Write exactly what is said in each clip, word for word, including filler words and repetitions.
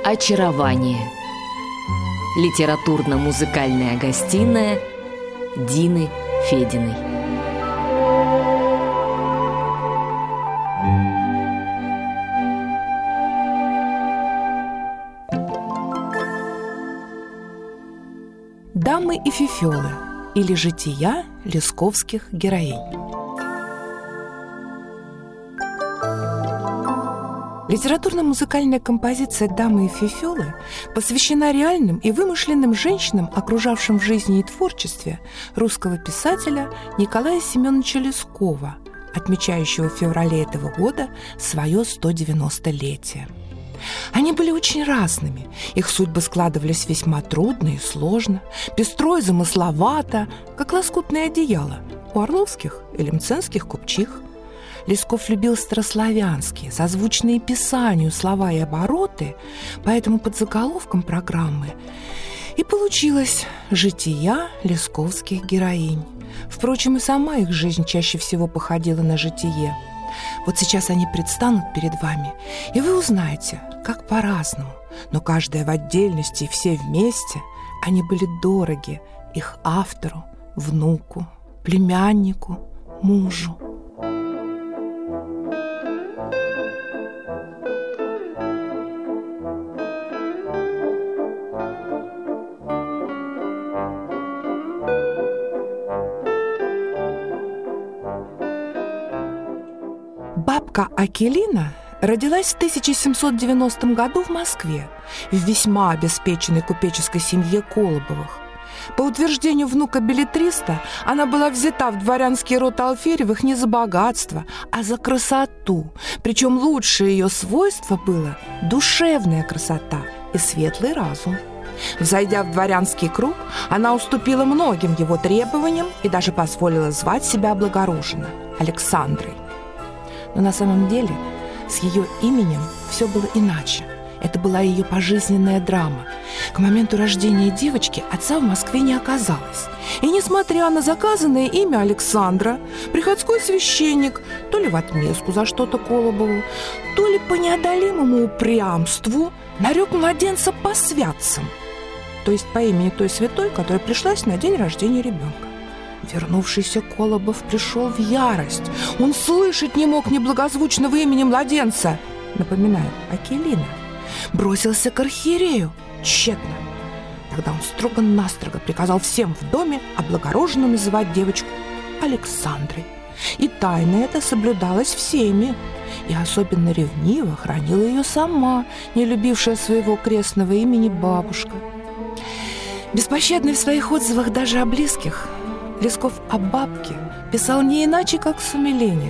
Очарование. Литературно-музыкальная гостиная Дины Фединой. «Дамы и фифёлы» или «Жития лесковских героинь». Литературно-музыкальная композиция «Дамы и фифёлы» посвящена реальным и вымышленным женщинам, окружавшим в жизни и творчестве русского писателя Николая Семеновича Лескова, отмечающего в феврале этого года свое сто девяностолетие. Они были очень разными, их судьбы складывались весьма трудно и сложно, пестро и замысловато, как лоскутное одеяло у орловских или мценских купчих. Лесков любил старославянские, созвучные Писанию слова и обороты, поэтому под заголовком программы и получилось «Жития лесковских героинь». Впрочем, и сама их жизнь чаще всего походила на житие. Вот сейчас они предстанут перед вами, и вы узнаете, как по-разному, но каждая в отдельности и все вместе, они были дороги их автору, внуку, племяннику, мужу. Бабка Акелина родилась в тысяча семьсот девяностом году в Москве в весьма обеспеченной купеческой семье Колобовых. По утверждению внука беллетриста, она была взята в дворянский род Алферьевых не за богатство, а за красоту. Причем лучшее ее свойство было душевная красота и светлый разум. Взойдя в дворянский круг, она уступила многим его требованиям и даже позволила звать себя облагороженно – Александрой. Но на самом деле с ее именем все было иначе. Это была ее пожизненная драма. К моменту рождения девочки отца в Москве не оказалось. И несмотря на заказанное имя Александра, приходской священник то ли в отместку за что-то Колобову, то ли по неодолимому упрямству нарек младенца посвятцем, то есть по имени той святой, которая пришлась на день рождения ребенка. Вернувшийся Колобов пришел в ярость. Он слышать не мог неблагозвучного имени младенца. Напоминаю, Акелина. Бросился к архиерею. Тщетно. Тогда он строго-настрого приказал всем в доме облагороженно называть девочку Александрой. И тайна эта соблюдалась всеми. И особенно ревниво хранила ее сама, не любившая своего крестного имени бабушка. Беспощадный в своих отзывах даже о близких, Лесков о бабке писал не иначе, как с умилением,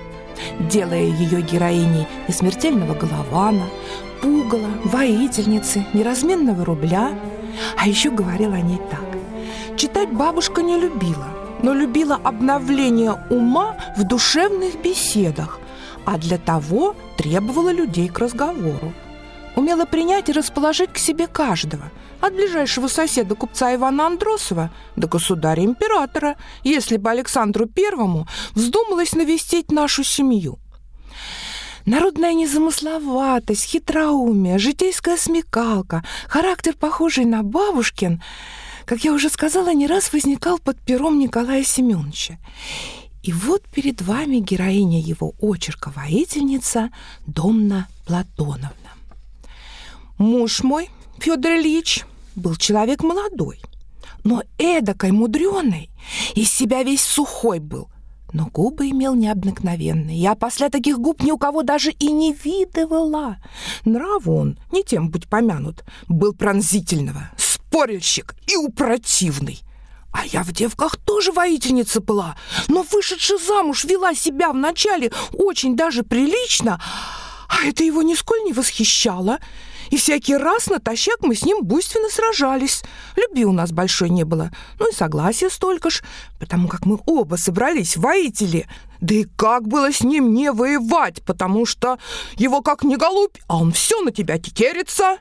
делая ее героиней несмертельного Голована, пугала, воительницы, неразменного рубля. А еще говорил о ней так: читать бабушка не любила, но любила обновление ума в душевных беседах, а для того требовала людей к разговору. Умела принять и расположить к себе каждого, от ближайшего соседа купца Ивана Андросова до государя-императора, если бы Александру Первому вздумалось навестить нашу семью. Народная незамысловатость, хитроумие, житейская смекалка, характер, похожий на бабушкин, как я уже сказала, не раз возникал под пером Николая Семеновича. И вот перед вами героиня его очерка «Воительница» Домна Платоновна. Муж мой, Федор Ильич, был человек молодой, но эдакой мудреный, из себя весь сухой был, но губы имел необыкновенные. Я после таких губ ни у кого даже и не видывала. Нрав он, не тем будь помянут, был пронзительного, спорильщик и упротивный. А я в девках тоже воительница была, но вышедши замуж вела себя вначале очень даже прилично, а это его нисколь не восхищало. И всякий раз натощак мы с ним буйственно сражались. Любви у нас большой не было, ну и согласия столько ж, потому как мы оба собрались воители. Да и как было с ним не воевать, потому что его как не голубь, а он все на тебя тетерится.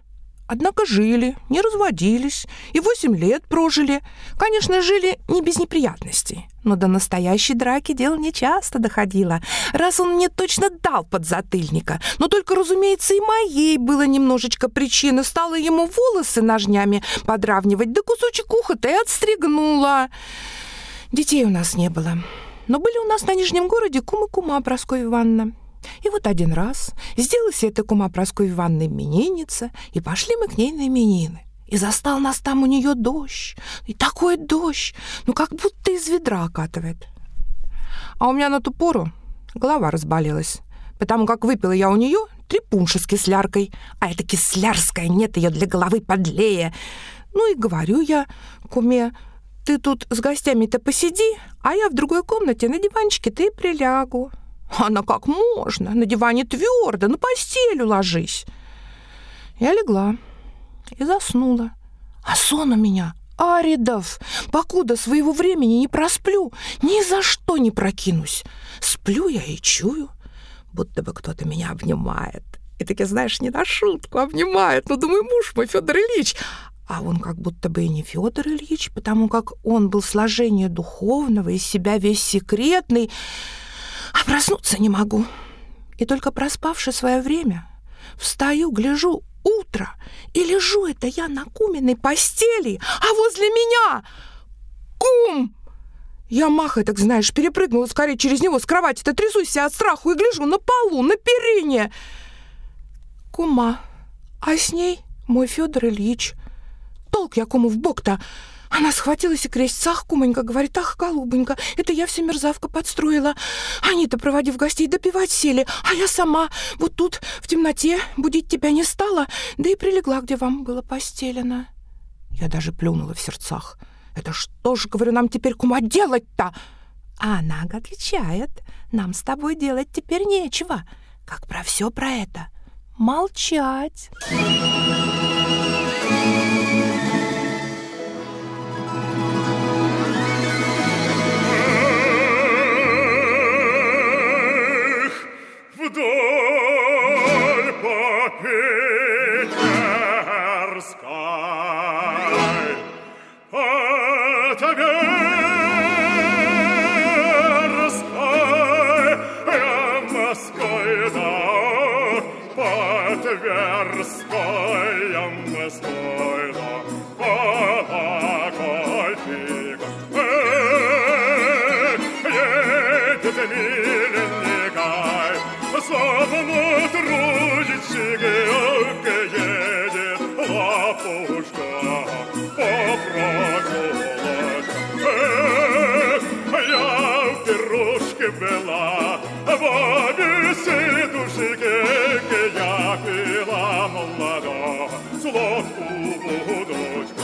Однако жили, не разводились и восемь лет прожили. Конечно, жили не без неприятностей, но до настоящей драки дело нечасто доходило. Раз он мне точно дал подзатыльника, но только, разумеется, и моей было немножечко причины. Стала ему волосы ножнями подравнивать, да кусочек уха-то и отстригнула. Детей у нас не было, но были у нас на Нижнем городе кум и кума Прасковья Ивановна. И вот один раз сделалась эта кума Прасковья Ивановна именинница, и пошли мы к ней на именины. И застал нас там у нее дождь. И такой дождь, ну как будто из ведра окатывает. А у меня на ту пору голова разболелась, потому как выпила я у нее три пунша с кисляркой. А эта кислярская, нет ее для головы подлее. Ну и говорю я куме: ты тут с гостями-то посиди, а я в другой комнате на диванчике-то и прилягу. Она: как можно? На диване твердо, на постель ложись. Я легла и заснула. А сон у меня аридов. Покуда своего времени не просплю, ни за что не прокинусь. Сплю я и чую, будто бы кто-то меня обнимает. И таки, знаешь, не на шутку обнимает. Ну, думаю, муж мой, Федор Ильич. А он как будто бы и не Федор Ильич, потому как он был сложение духовного, из себя весь секретный. А проснуться не могу. И только проспавши свое время, встаю, гляжу, утро, и лежу это я на куминой постели, а возле меня кум! Я махой, так знаешь, перепрыгнула скорее через него с кровати-то, трясусь от страху и гляжу на полу, на перине. Кума, а с ней мой Федор Ильич. Толк я куму в бок-то. Она схватилась и крестится: ах, кумонька, говорит, ах, голубонька, это я все мерзавка подстроила. Они-то, проводив гостей, допивать сели, а я сама вот тут в темноте будить тебя не стала, да и прилегла, где вам было постелено. Я даже плюнула в сердцах. Это что ж, говорю, нам теперь, кума, делать-то? А она отвечает: нам с тобой делать теперь нечего, как про все про это молчать. Вдоль по Питерской, по Тверской, я Москвой, да, по Тверской, я Москвой, да, по такой фигу. Едет миленький, Сапну трудится, едет лапушка, попросилась. Я в пирожке была, в обе сидушки, я пила молода, сладкую водочку,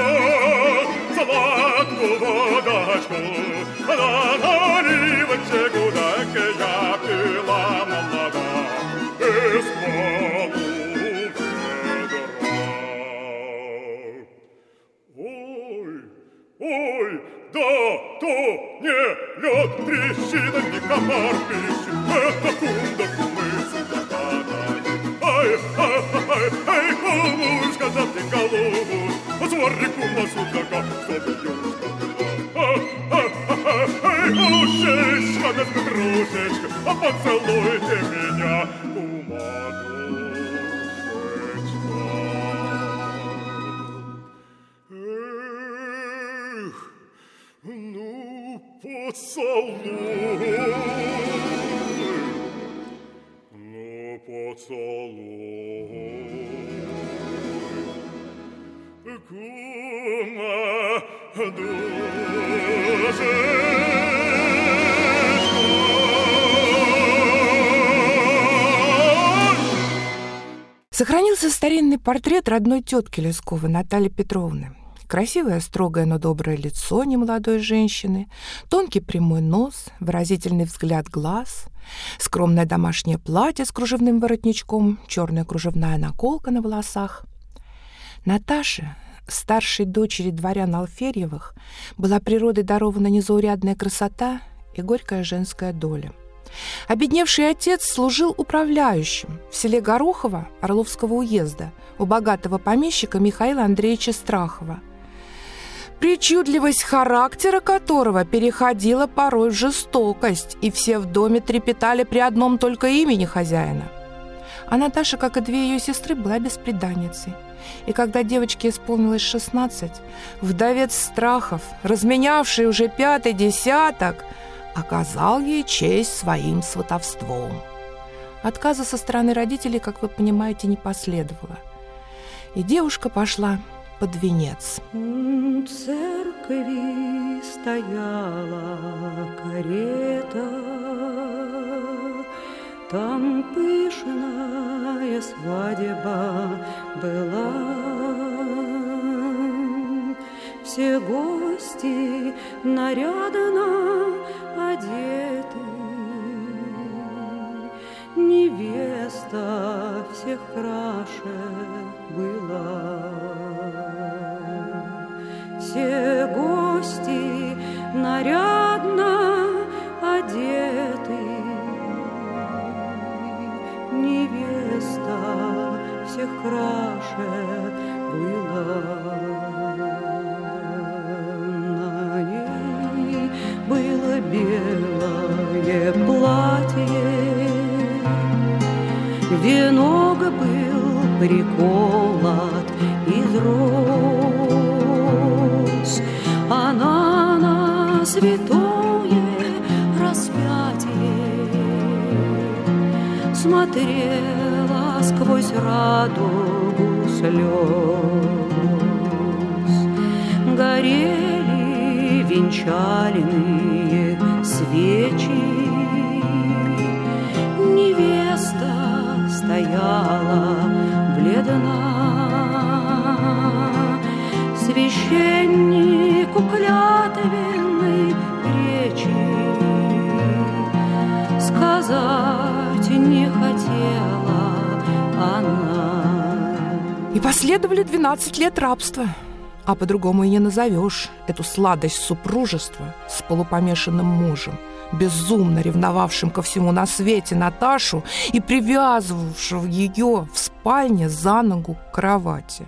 сладкую водочку, на наливочке гудок я пила молода, из полуведра. Ой, ой, да, то не лед трещина, не комар пищит, это кунда кумыца нападает. Ай, ай, ай, ай, голубушка, да ты голубушка, смотри-ку на судака, что бьюшка была. Ай, ай, ай, ушечка, да кружечка, а поцелуйте меня, кума, душечка. Эх, ну, поцелуй, ну, поцелуй, кума, душечка. Сохранился старинный портрет родной тетки Лесковой, Натальи Петровны. Красивое, строгое, но доброе лицо немолодой женщины, тонкий прямой нос, выразительный взгляд глаз, скромное домашнее платье с кружевным воротничком, черная кружевная наколка на волосах. Наташе, старшей дочери дворян Алферьевых, была природой дарована незаурядная красота и горькая женская доля. Обедневший отец служил управляющим в селе Горохово Орловского уезда у богатого помещика Михаила Андреевича Страхова, причудливость характера которого переходила порой в жестокость, и все в доме трепетали при одном только имени хозяина. А Наташа, как и две ее сестры, была бесприданницей. И когда девочке исполнилось шестнадцать, вдовец Страхов, разменявший уже пятый десяток, оказал ей честь своим сватовством. Отказа со стороны родителей, как вы понимаете, не последовало. И девушка пошла под венец. У церкви стояла карета, там пышная свадьба была. Все гости нарядно одеты, невеста всех краше была. Все гости нарядно одеты, невеста всех краше была. На ней было белое платье, венок был приколот из роз. Она на святое распятие смотрела сквозь радугу слез. Горели венчальные свечи, невеста стояла бледна. Священнику клятвенной речи сказать не хотела она. И последовали двенадцать лет рабства. А по-другому и не назовешь эту сладость супружества с полупомешанным мужем, безумно ревновавшим ко всему на свете Наташу и привязывавшим ее в спальне за ногу к кровати.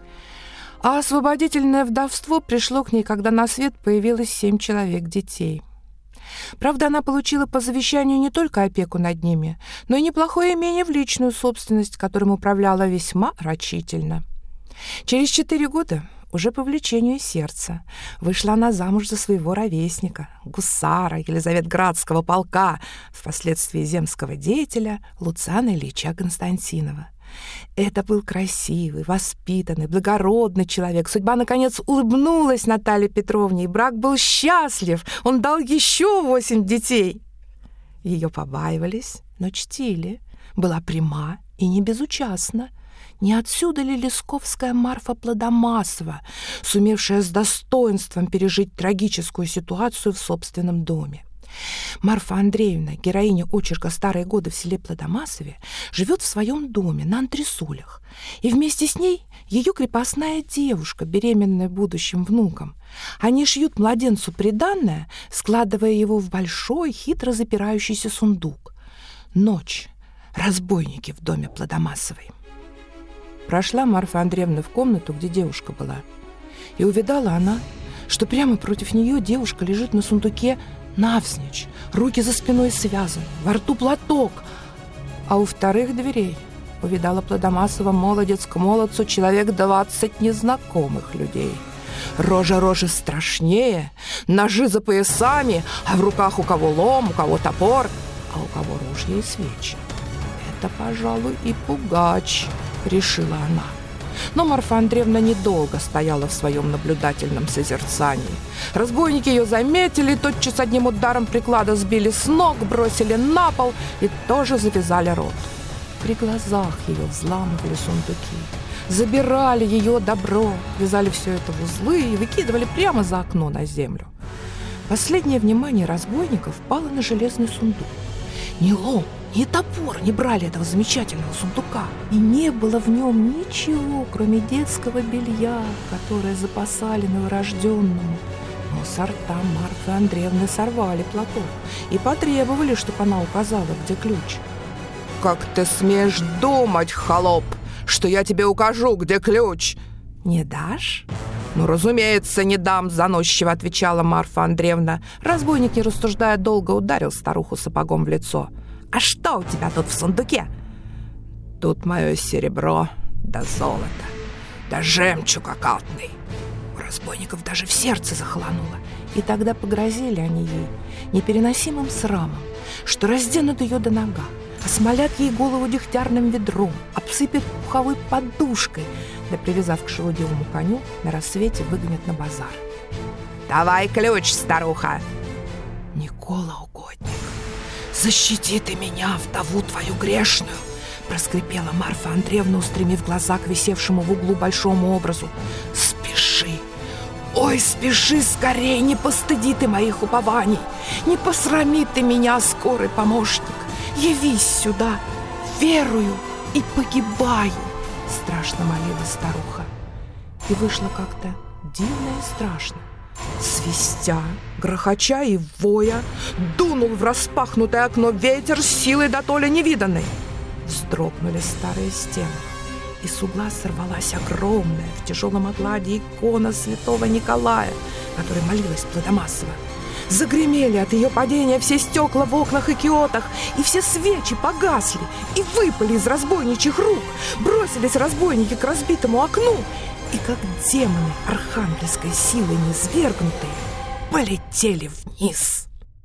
А освободительное вдовство пришло к ней, когда на свет появилось семь человек детей. Правда, она получила по завещанию не только опеку над ними, но и неплохое имение в личную собственность, которым управляла весьма рачительно. Через четыре года, уже по влечению сердца, вышла она замуж за своего ровесника, гусара Елизаветградского полка, впоследствии земского деятеля Луциана Ильича Константинова. Это был красивый, воспитанный, благородный человек. Судьба, наконец, улыбнулась Наталье Петровне, и брак был счастлив. Он дал еще восемь детей. Ее побаивались, но чтили. Была пряма и не безучастна. Не отсюда ли лесковская Марфа Плодомасова, сумевшая с достоинством пережить трагическую ситуацию в собственном доме? Марфа Андреевна, героиня очерка «Старые годы» в селе Плодомасове, живет в своем доме на антресолях, и вместе с ней ее крепостная девушка, беременная будущим внуком. Они шьют младенцу приданное, складывая его в большой, хитро запирающийся сундук. Ночь. Разбойники в доме Плодомасовой. Прошла Марфа Андреевна в комнату, где девушка была, и увидала она, что прямо против нее девушка лежит на сундуке навзничь, руки за спиной связаны, во рту платок, а у вторых дверей увидала Плодомасова молодец к молодцу человек двадцать незнакомых людей. Рожа рожи страшнее, ножи за поясами, а в руках у кого лом, у кого топор, а у кого ружья и свечи. Это, пожалуй, и пугач, решила она. Но Марфа Андреевна недолго стояла в своем наблюдательном созерцании. Разбойники ее заметили, тотчас одним ударом приклада сбили с ног, бросили на пол и тоже завязали рот. При глазах ее взламывали сундуки, забирали ее добро, вязали все это в узлы и выкидывали прямо за окно на землю. Последнее внимание разбойников пало на железный сундук. Ни лом, ни топор не брали этого замечательного сундука. И не было в нем ничего, кроме детского белья, которое запасали новорожденному. Но с рта Марфы Андреевны сорвали платок и потребовали, чтобы она указала, где ключ. «Как ты смеешь думать, холоп, что я тебе укажу, где ключ?» «Не дашь?» «Ну, разумеется, не дам», — заносчиво отвечала Марфа Андреевна. Разбойник, не рассуждая долго, ударил старуху сапогом в лицо. «А что у тебя тут в сундуке?» «Тут мое серебро, да золото, да жемчуг окатный». У разбойников даже в сердце захолонуло. И тогда погрозили они ей непереносимым срамом, что разденут ее до нога, осмолят ей голову дегтярным ведром, обсыпят пуховой подушкой, да, привязав к шелудивому коню, на рассвете выгонят на базар. «Давай ключ, старуха!» «Никола, угодник, защити ты меня, вдову твою грешную!» проскрипела Марфа Андреевна, устремив глаза к висевшему в углу большому образу. «Спеши! Ой, спеши скорей! Не постыди ты моих упований! Не посрами ты меня, скорый помощник! Явись сюда! Верую и погибаю!» Страшно молила старуха. И вышло как-то дивно и страшно. Свистя, грохоча и воя, дунул в распахнутое окно ветер с силой да то ли невиданной. Вздрогнули старые стены, и с угла сорвалась огромная в тяжелом окладе икона святого Николая, которой молилась Плодомасова. Загремели от ее падения все стекла в окнах и киотах, и все свечи погасли и выпали из разбойничьих рук. Бросились разбойники к разбитому окну, и как демоны архангельской силой низвергнутые полетели вниз.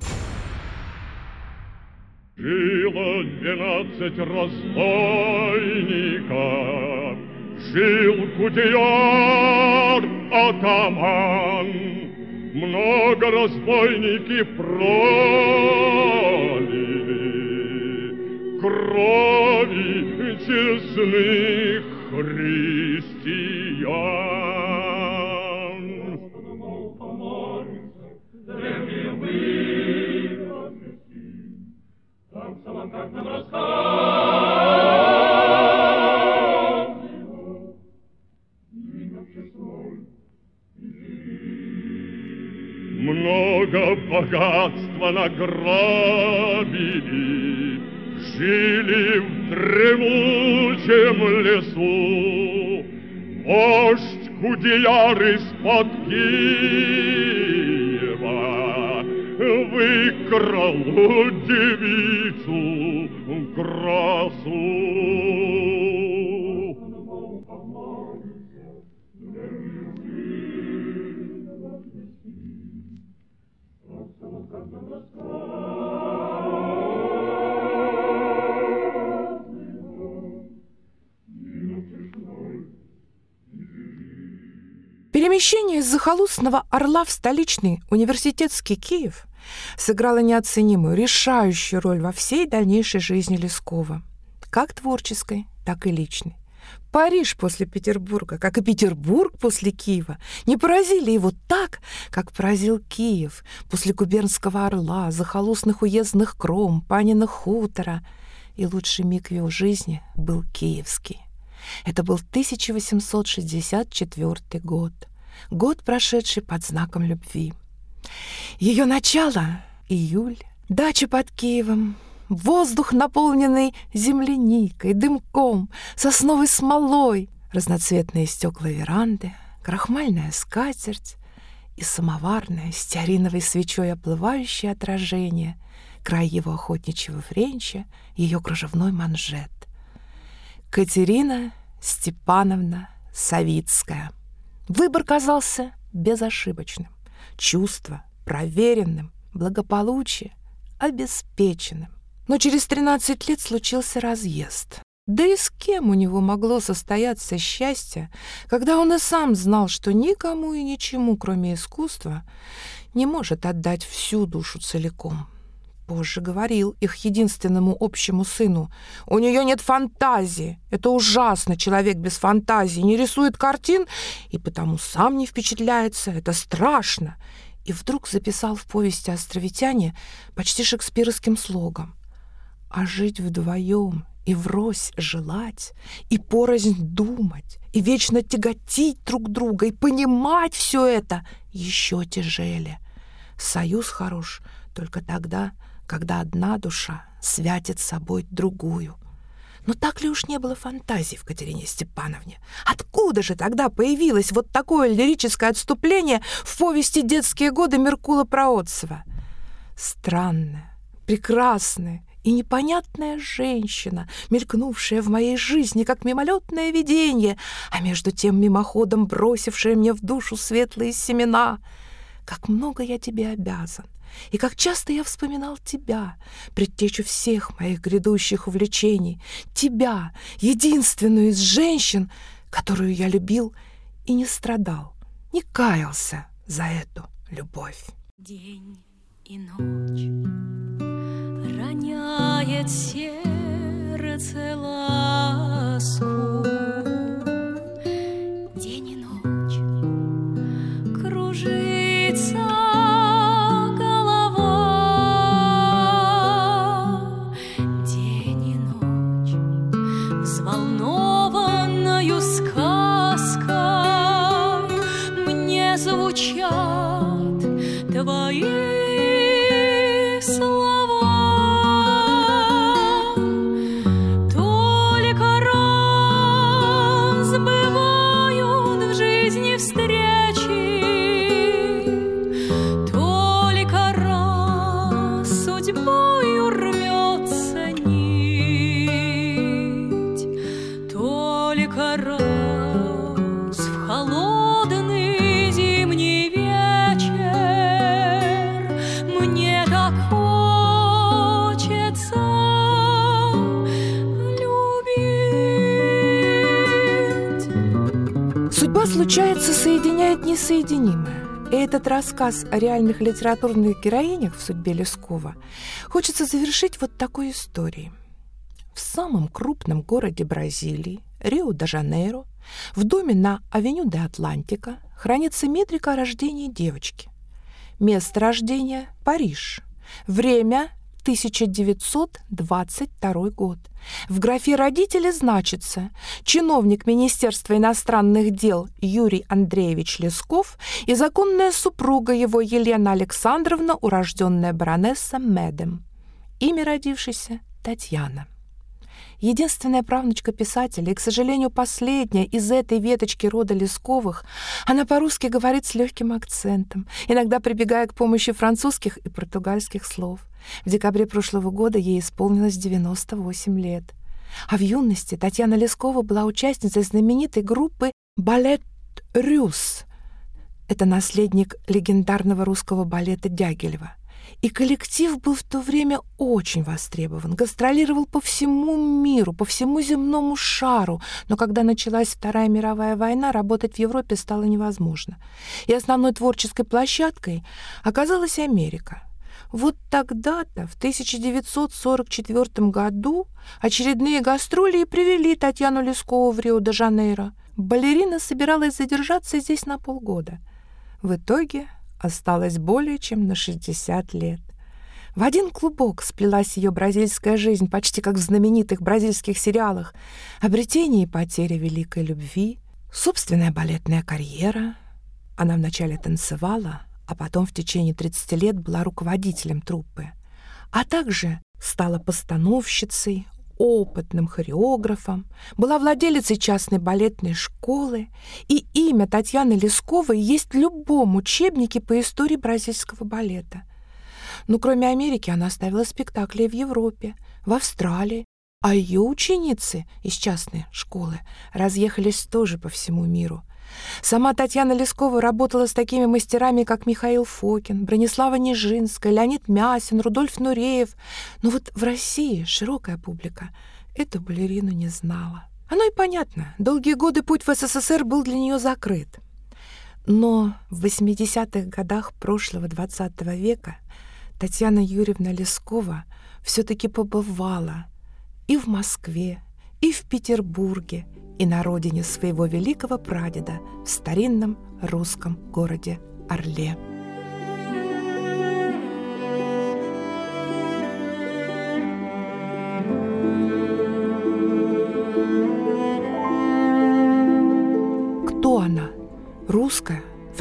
Жило двенадцать разбойников, жил Кудеяр атаман. Много разбойники пролили крови честных христиан. Много богатства награбили, жили в дремучем лесу. Вождь Кудеяр из-под Киева выкрал девицу красу. Перемещение из захолустного Орла в столичный университетский Киев сыграло неоценимую, решающую роль во всей дальнейшей жизни Лескова, как творческой, так и личной. Париж после Петербурга, как и Петербург после Киева, не поразили его так, как поразил Киев после губернского Орла, захолустных уездных кром, Паниных хутора. И лучший миг в его жизни был киевский. Это был тысяча восемьсот шестьдесят четвёртый год, год, прошедший под знаком любви. Ее начало — июль, дача под Киевом, воздух, наполненный земляникой, дымком, сосновой смолой, разноцветные стекла веранды, крахмальная скатерть и самоварное стеариновой свечой оплывающее отражение, край его охотничьего френча, ее кружевной манжет. Катерина Степановна Савицкая. Выбор казался безошибочным, чувство проверенным, благополучие обеспеченным. Но через тринадцать лет случился разъезд. Да и с кем у него могло состояться счастье, когда он и сам знал, что никому и ничему, кроме искусства, не может отдать всю душу целиком. Позже говорил их единственному общему сыну: «У нее нет фантазии. Это ужасно, человек без фантазии, не рисует картин и потому сам не впечатляется. Это страшно». И вдруг записал в повести «Островитяне» почти шекспировским слогом: «А жить вдвоем и врозь желать, и порознь думать, и вечно тяготить друг друга, и понимать все это еще тяжелее. Союз хорош только тогда, когда одна душа святит собой другую. Но так ли уж не было фантазий в Катерине Степановне? Откуда же тогда появилось вот такое лирическое отступление в повести «Детские годы» Меркула Проотцева? Странная, прекрасная и непонятная женщина, мелькнувшая в моей жизни, как мимолетное видение, а между тем мимоходом бросившая мне в душу светлые семена. Как много я тебе обязан, и как часто я вспоминал тебя, предтечу всех моих грядущих увлечений, тебя, единственную из женщин, которую я любил и не страдал, не каялся за эту любовь. День и ночь роняет сердце ласку. День и ночь кружится голова. День и ночь взволнованною сказкой мне звучат твои Случается, соединяет несоединимое. И этот рассказ о реальных литературных героинях в судьбе Лескова хочется завершить вот такой историей. В самом крупном городе Бразилии, Рио-де-Жанейро, в доме на Авеню де Атлантика хранится метрика о рождении девочки. Место рождения – Париж. Время – тысяча девятьсот двадцать второй год. В графе «Родители» значится чиновник Министерства иностранных дел Юрий Андреевич Лесков и законная супруга его Елена Александровна, урожденная баронесса Медем. Имя родившейся – Татьяна. Единственная правнучка писателя, и, к сожалению, последняя из этой веточки рода Лесковых, она по-русски говорит с легким акцентом, иногда прибегая к помощи французских и португальских слов. В декабре прошлого года ей исполнилось девяносто восемь лет. А в юности Татьяна Лескова была участницей знаменитой группы «Балет Рюс». Это наследник легендарного русского балета Дягилева. И коллектив был в то время очень востребован, гастролировал по всему миру, по всему земному шару. Но когда началась Вторая мировая война, работать в Европе стало невозможно. И основной творческой площадкой оказалась Америка. Вот тогда-то, в тысяча девятьсот сорок четвёртом году, очередные гастроли и привели Татьяну Лескову в Рио-де-Жанейро. Балерина собиралась задержаться здесь на полгода. В итоге осталось более чем на шестьдесят лет. В один клубок сплелась ее бразильская жизнь, почти как в знаменитых бразильских сериалах. Обретение и потеря великой любви, собственная балетная карьера. Она вначале танцевала, а потом в течение тридцати лет была руководителем труппы, а также стала постановщицей, опытным хореографом, была владелицей частной балетной школы, и имя Татьяны Лесковой есть в любом учебнике по истории бразильского балета. Но кроме Америки она ставила спектакли в Европе, в Австралии, а ее ученицы из частной школы разъехались тоже по всему миру. Сама Татьяна Лескова работала с такими мастерами, как Михаил Фокин, Бронислава Нижинская, Леонид Мясин, Рудольф Нуреев. Но вот в России широкая публика эту балерину не знала. Оно и понятно, долгие годы путь в СССР был для нее закрыт. Но в восьмидесятых годах прошлого двадцатого века Татьяна Юрьевна Лескова все-таки побывала и в Москве, и в Петербурге, и на родине своего великого прадеда в старинном русском городе Орле.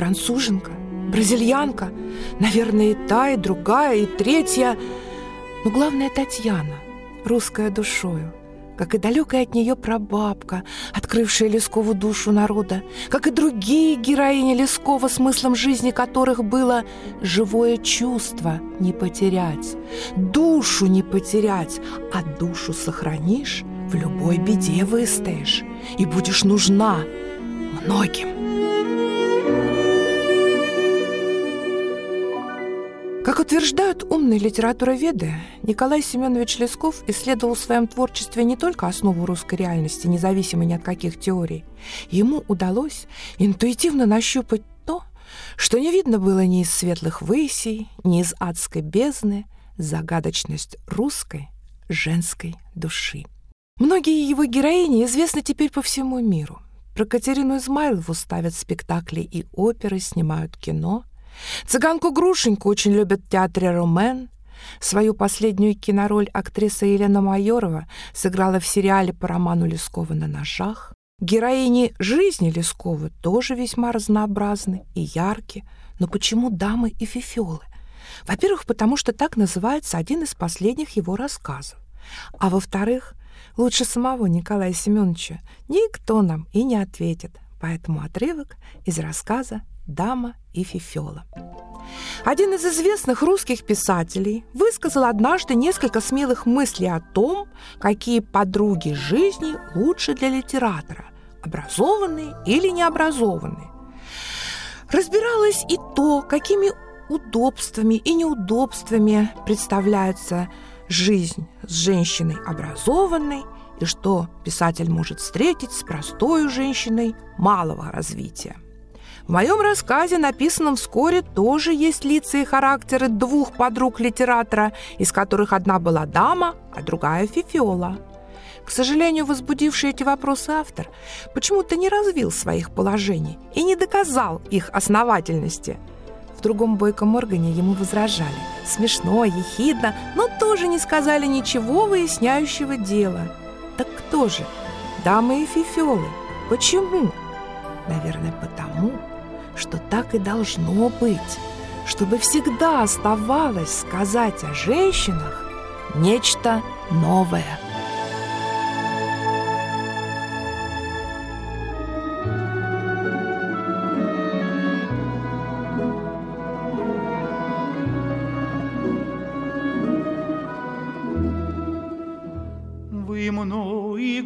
француженка, бразильянка, наверное, и та, и другая, и третья. Но главное Татьяна, русская душою, как и далекая от нее прабабка, открывшая Лескову душу народа, как и другие героини Лескова, смыслом жизни которых было живое чувство не потерять, душу не потерять, а душу сохранишь, в любой беде выстоишь и будешь нужна многим. Как утверждают умные литературоведы, Николай Семенович Лесков исследовал в своем творчестве не только основу русской реальности, независимо ни от каких теорий. Ему удалось интуитивно нащупать то, что не видно было ни из светлых высей, ни из адской бездны, загадочность русской женской души. Многие его героини известны теперь по всему миру. Про Катерину Измайлову ставят спектакли и оперы, снимают кино. Цыганку Грушеньку очень любят в театре «Ромен». Свою последнюю кинороль актриса Елена Майорова сыграла в сериале по роману Лескова «На ножах». Героини жизни Лескова тоже весьма разнообразны и ярки. Но почему дамы и фифёлы? Во-первых, потому что так называется один из последних его рассказов. А во-вторых, лучше самого Николая Семеновича никто нам и не ответит. Поэтому отрывок из рассказа «Дама и фифёла». Один из известных русских писателей высказал однажды несколько смелых мыслей о том, какие подруги жизни лучше для литератора – образованные или необразованные. Разбиралось и то, какими удобствами и неудобствами представляется жизнь с женщиной образованной и что писатель может встретить с простой женщиной малого развития. В моем рассказе, написанном вскоре, тоже есть лица и характеры двух подруг литератора, из которых одна была дама, а другая фифёла. К сожалению, возбудивший эти вопросы автор почему-то не развил своих положений и не доказал их основательности. В другом бойком органе ему возражали. Смешно, ехидно, но тоже не сказали ничего выясняющего дела. Так кто же? Дамы и фифёлы. Почему? Наверное, потому, что так и должно быть, чтобы всегда оставалось сказать о женщинах нечто новое. Вы мной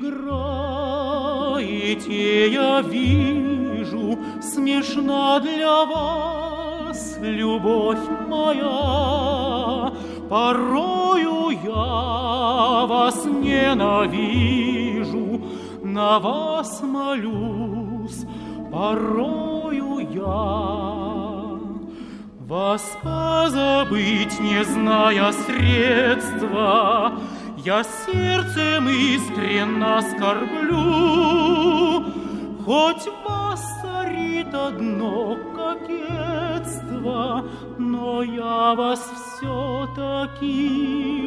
играете, я вижу, смешна для вас любовь моя. Порою я вас ненавижу, на вас молюсь, порою я. Вас позабыть, не зная средства, я сердцем искренно скорблю, хоть вас царит одно кокетство, но я вас все-таки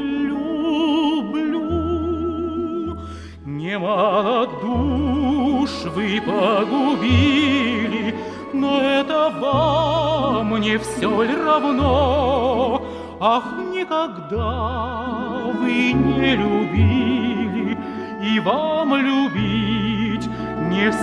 люблю. Немало душ вы погубили, но это вам не все ли равно? Ах, никогда вы не любили, и вам любить не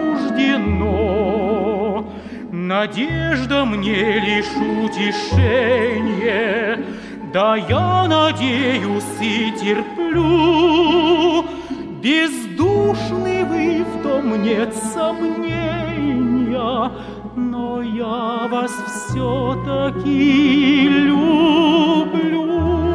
суждено. Надежда мне лишь утешение, да я надеюсь и терплю. Бездушны вы, в том нет сомнения, но я вас все-таки люблю.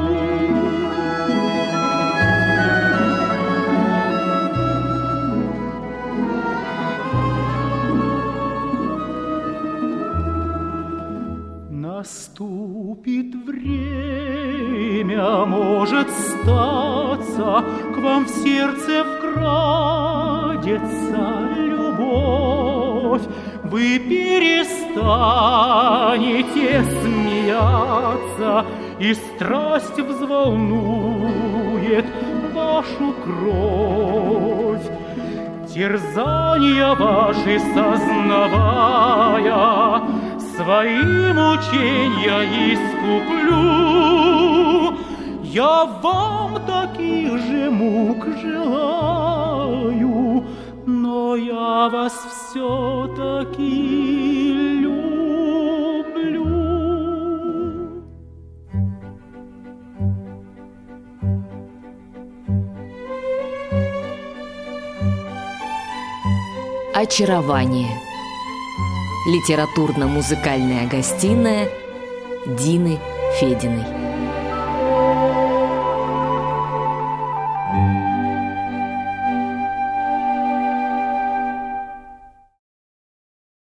Наступит время, может статься, к вам в сердце вкрадется любовь. Вы перестанете смеяться, и страсть взволнует вашу кровь. Терзания ваши сознавая, свои мучения искуплю. Я вам таких же мук желаю, но я вас все-таки люблю. Очарование. Литературно-музыкальная гостиная Дины Фединой.